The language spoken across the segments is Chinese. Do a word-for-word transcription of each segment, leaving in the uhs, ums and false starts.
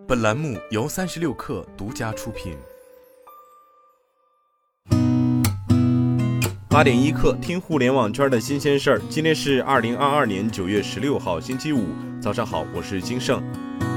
本栏目由三十六氪独家出品。 八点一刻，听互联网圈的新鲜事儿。今天是二零二二年九月十六号，星期五，早上好，我是金盛。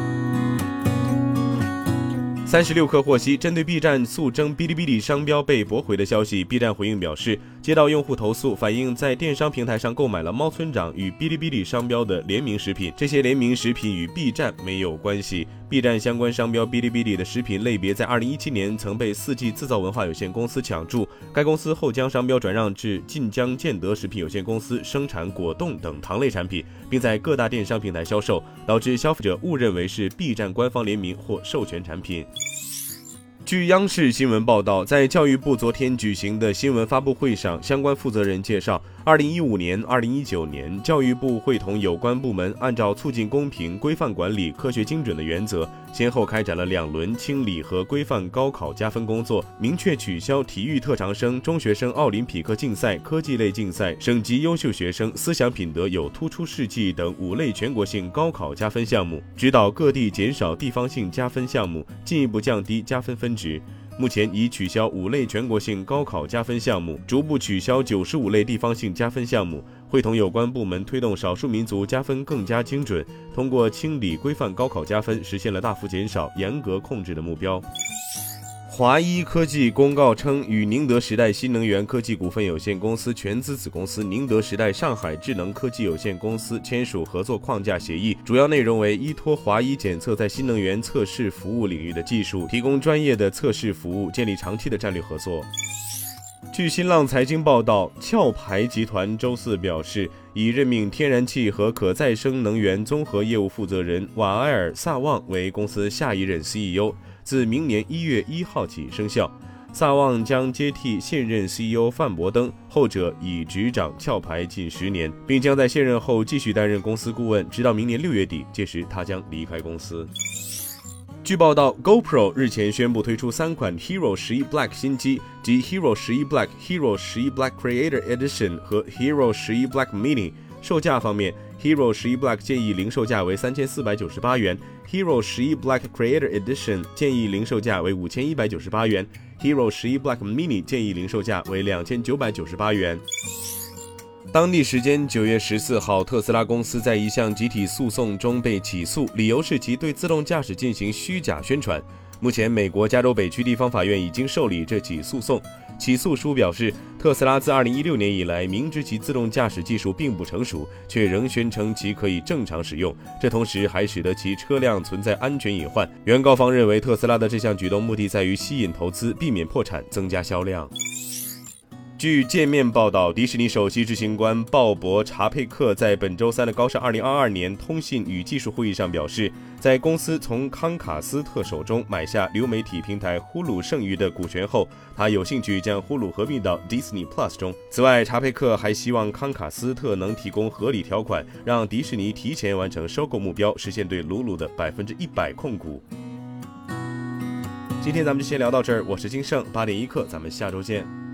三十六氪获悉，针对 B 站诉争哔哩哔哩商标被驳回的消息， B 站回应表示，接到用户投诉，反映在电商平台上购买了猫村长与哔哩哔哩商标的联名食品，这些联名食品与 B 站没有关系。B 站相关商标哔哩哔哩的食品类别在二零一七年曾被四季制造文化有限公司抢注，该公司后将商标转让至晋江建德食品有限公司，生产果冻等糖类产品，并在各大电商平台销售，导致消费者误认为是 B 站官方联名或授权产品。据央视新闻报道，在教育部昨天举行的新闻发布会上，相关负责人介绍，二零一五年、二零一九年，教育部会同有关部门按照促进公平、规范管理、科学精准的原则，先后开展了两轮清理和规范高考加分工作，明确取消体育特长生、中学生奥林匹克竞赛、科技类竞赛、省级优秀学生、思想品德有突出事迹等五类全国性高考加分项目，指导各地减少地方性加分项目，进一步降低加分分值。目前已取消五类全国性高考加分项目，逐步取消九十五类地方性加分项目，会同有关部门推动少数民族加分更加精准，通过清理规范高考加分，实现了大幅减少、严格控制的目标。华一科技公告称，与宁德时代新能源科技股份有限公司全资子公司宁德时代上海智能科技有限公司签署合作框架协议，主要内容为依托华一检测在新能源测试服务领域的技术，提供专业的测试服务，建立长期的战略合作。据新浪财经报道，壳牌集团周四表示，已任命天然气和可再生能源综合业务负责人瓦埃尔·萨旺为公司下一任 C E O， 自明年一月一号起生效。萨旺将接替现任 C E O 范伯登，后者已执掌壳牌近十年，并将在卸任后继续担任公司顾问，直到明年六月底，届时他将离开公司。据报道 ，GoPro 日前宣布推出三款 Hero 十一 Black 新机，即 Hero 十一 Black、Hero 十一 Black Creator Edition 和 Hero 十一 Black Mini。售价方面 ，Hero 十一 Black 建议零售价为三千四百九十八元 ，Hero 十一 Black Creator Edition 建议零售价为五千一百九十八元 ，Hero 十一 Black Mini 建议零售价为两千九百九十八元。当地时间九月十四号，特斯拉公司在一项集体诉讼中被起诉，理由是其对自动驾驶进行虚假宣传。目前，美国加州北区地方法院已经受理这起诉讼。起诉书表示，特斯拉自二零一六年以来，明知其自动驾驶技术并不成熟，却仍宣称其可以正常使用，这同时还使得其车辆存在安全隐患。原告方认为，特斯拉的这项举动目的在于吸引投资，避免破产，增加销量。据界面报道，迪士尼首席执行官鲍勃·查佩克在本周三的高盛二零二二年通信与技术会议上表示，在公司从康卡斯特手中买下流媒体平台呼噜剩余的股权后，他有兴趣将呼噜合并到 Disney Plus 中。此外，查佩克还希望康卡斯特能提供合理条款，让迪士尼提前完成收购目标，实现对鲁鲁的百分之一百控股。今天咱们就先聊到这儿，我是金盛，八点一刻，咱们下周见。